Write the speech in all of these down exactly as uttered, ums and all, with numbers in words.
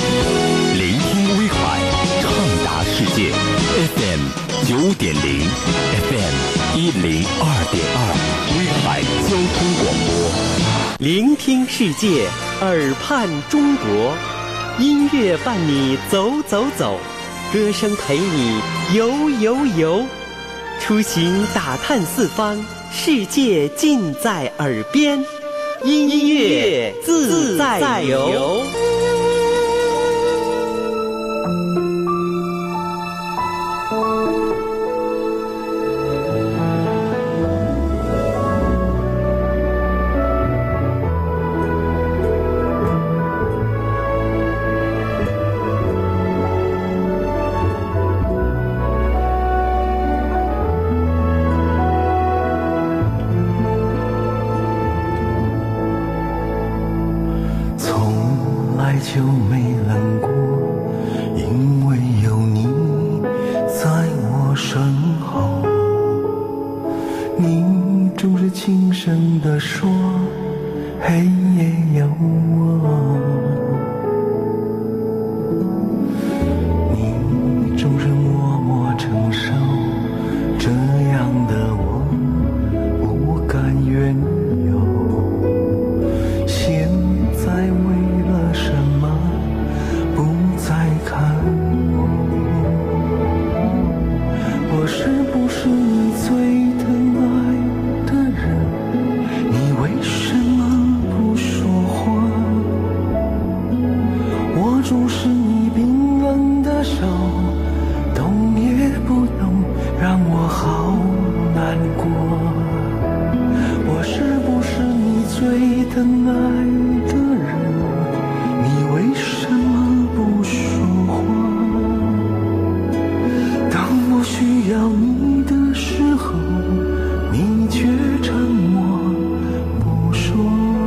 聆听威海，畅达世界。F M 九点零 ，F M 一零二点二，威海交通广播。 聆听世界，耳畔中国，音乐伴你走走走，歌声陪你游游游。出行打探四方，世界尽在耳边，音乐自在游。 就没冷过，因为有你在我身后。你总是轻声地说，黑夜有我。你总是默默承受，这样的我不甘愿有。现在为了什么不再看我？我是不是你最疼爱的人？你为什么不说话？握住是你冰冷的手，动也不动，让我好难过。我是不是你最疼爱的人？你为什么不说话？当我需要你的时候，你却沉默不说。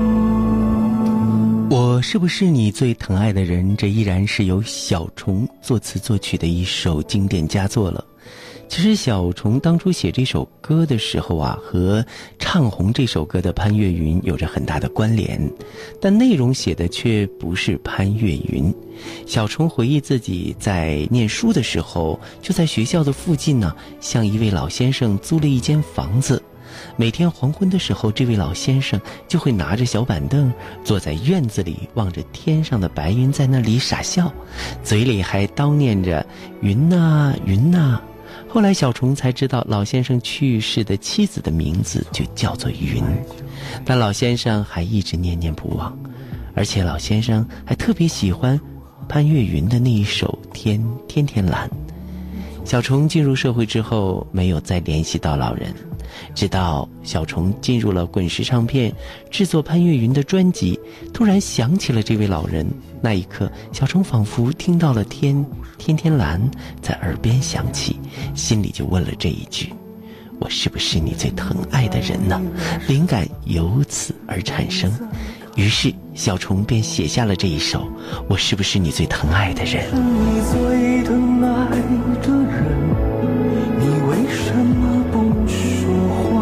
我是不是你最疼爱的人？这依然是由小虫作词作曲的一首经典佳作了。其实小虫当初写这首歌的时候啊，和唱红这首歌的潘越云有着很大的关联，但内容写的却不是潘越云。小虫回忆自己在念书的时候，就在学校的附近呢，向一位老先生租了一间房子。每天黄昏的时候，这位老先生就会拿着小板凳坐在院子里，望着天上的白云，在那里傻笑，嘴里还叨念着云呐云呐。后来小虫才知道，老先生去世的妻子的名字就叫做云，但老先生还一直念念不忘，而且老先生还特别喜欢潘越云的那一首《天天天蓝》。小虫进入社会之后，没有再联系到老人，直到小虫进入了滚石唱片，制作潘越云的专辑，突然想起了这位老人。那一刻，小虫仿佛听到了天天天蓝在耳边响起，心里就问了这一句：我是不是你最疼爱的人呢？灵感由此而产生，于是小虫便写下了这一首《我是不是你最疼爱的人》。 你最疼爱的人，你为什么不说话？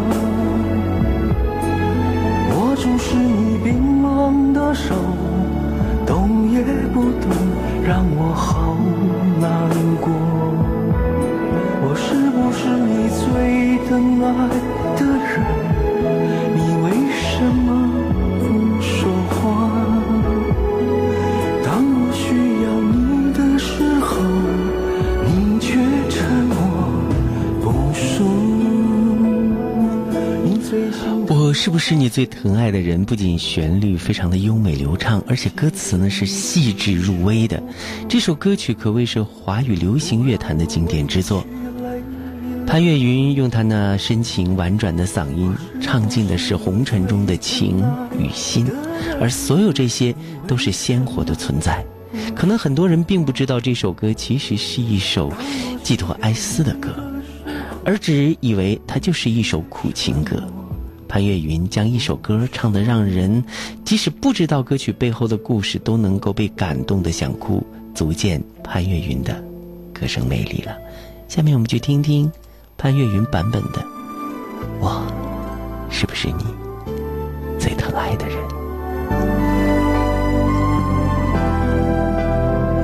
握住是你冰冷的手，动也不动，让我好难过。我是不是你最疼爱的人？你为什么不说话？当我需要你的时候，你却沉默不说。你最我是不是你最疼爱的人？不仅旋律非常的优美流畅，而且歌词呢是细致入微的。这首歌曲可谓是华语流行乐坛的经典之作。潘越云用他那深情婉转的嗓音，唱尽的是红尘中的情与心，而所有这些都是鲜活的存在。可能很多人并不知道，这首歌其实是一首寄托哀思的歌，而只以为它就是一首苦情歌。潘越云将一首歌唱得让人即使不知道歌曲背后的故事都能够被感动得想哭，足见潘越云的歌声魅力了。下面我们就听听潘越云版本的《我是不是你最疼爱的人》。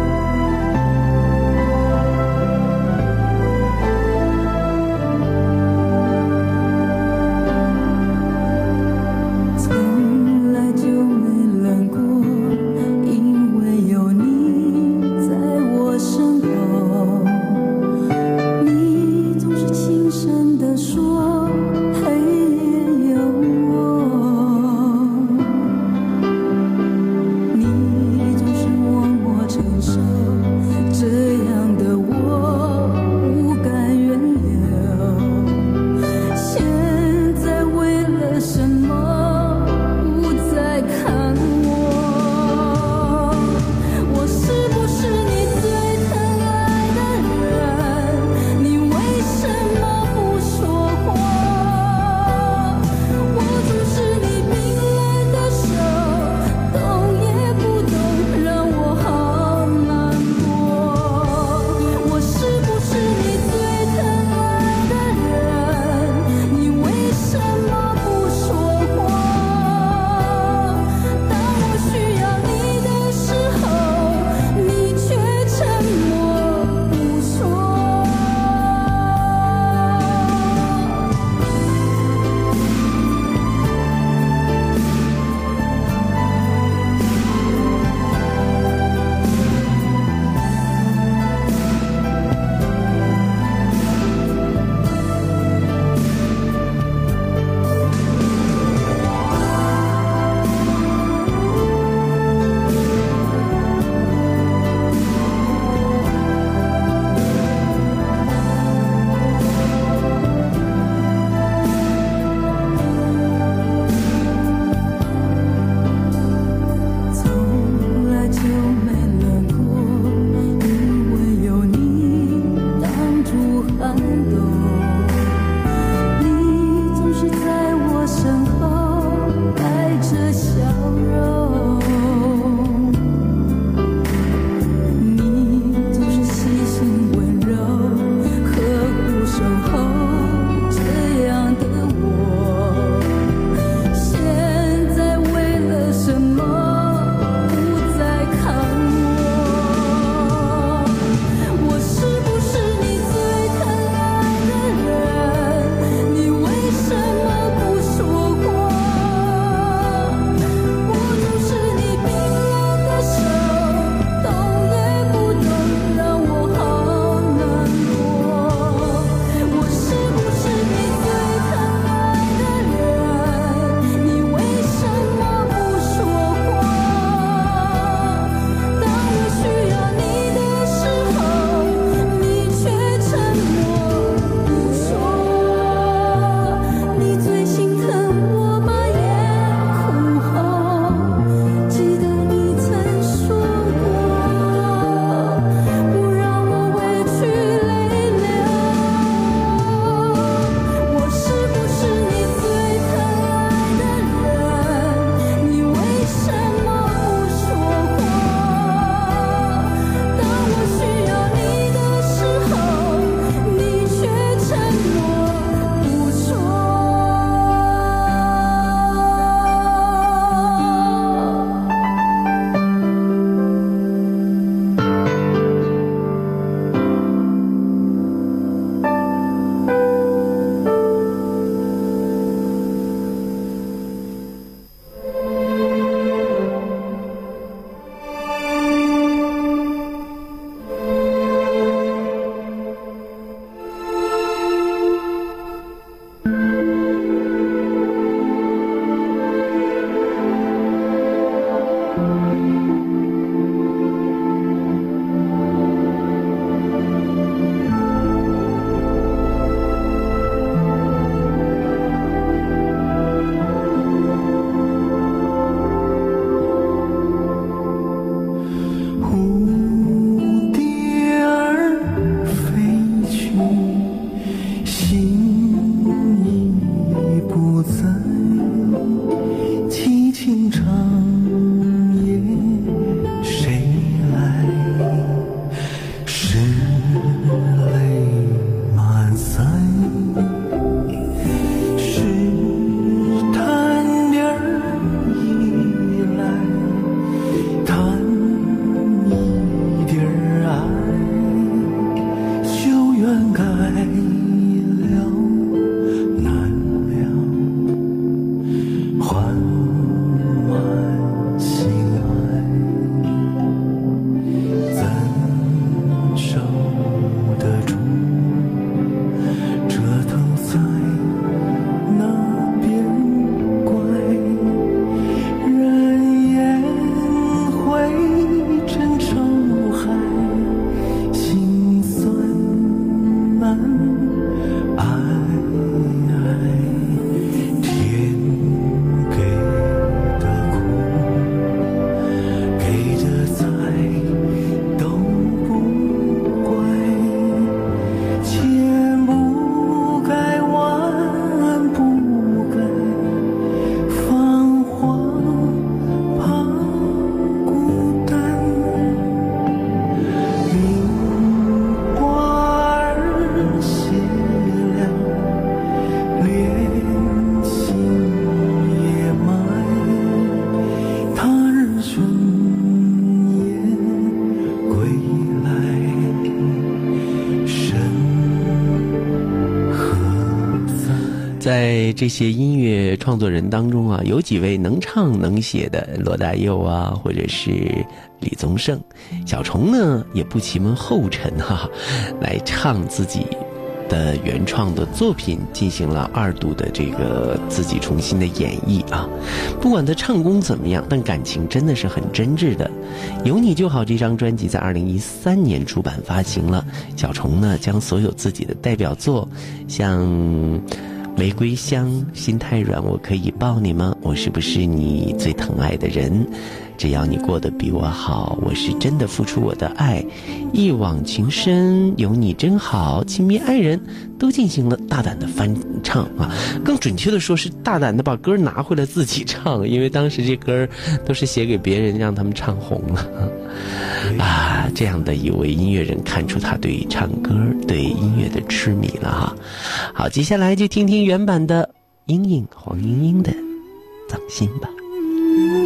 在这些音乐创作人当中啊，有几位能唱能写的，罗大佑啊，或者是李宗盛。小虫呢也不奇门后尘哈、啊，来唱自己的原创的作品，进行了二度的这个自己重新的演绎啊。不管他唱功怎么样，但感情真的是很真挚的。有你就好这张专辑在二零一三年出版发行了，小虫呢将所有自己的代表作，像玫瑰香、心太软、我可以抱你吗、我是不是你最疼爱的人、只要你过得比我好、我是真的付出我的爱、一往情深、有你真好、亲密爱人，都进行了大胆的翻唱啊。更准确的说是大胆的把歌拿回来自己唱，因为当时这歌都是写给别人让他们唱红了啊。这样的一位音乐人，看出他对唱歌对音乐的痴迷了哈。好，接下来就听听原版的英英黄莺莺的掌心吧。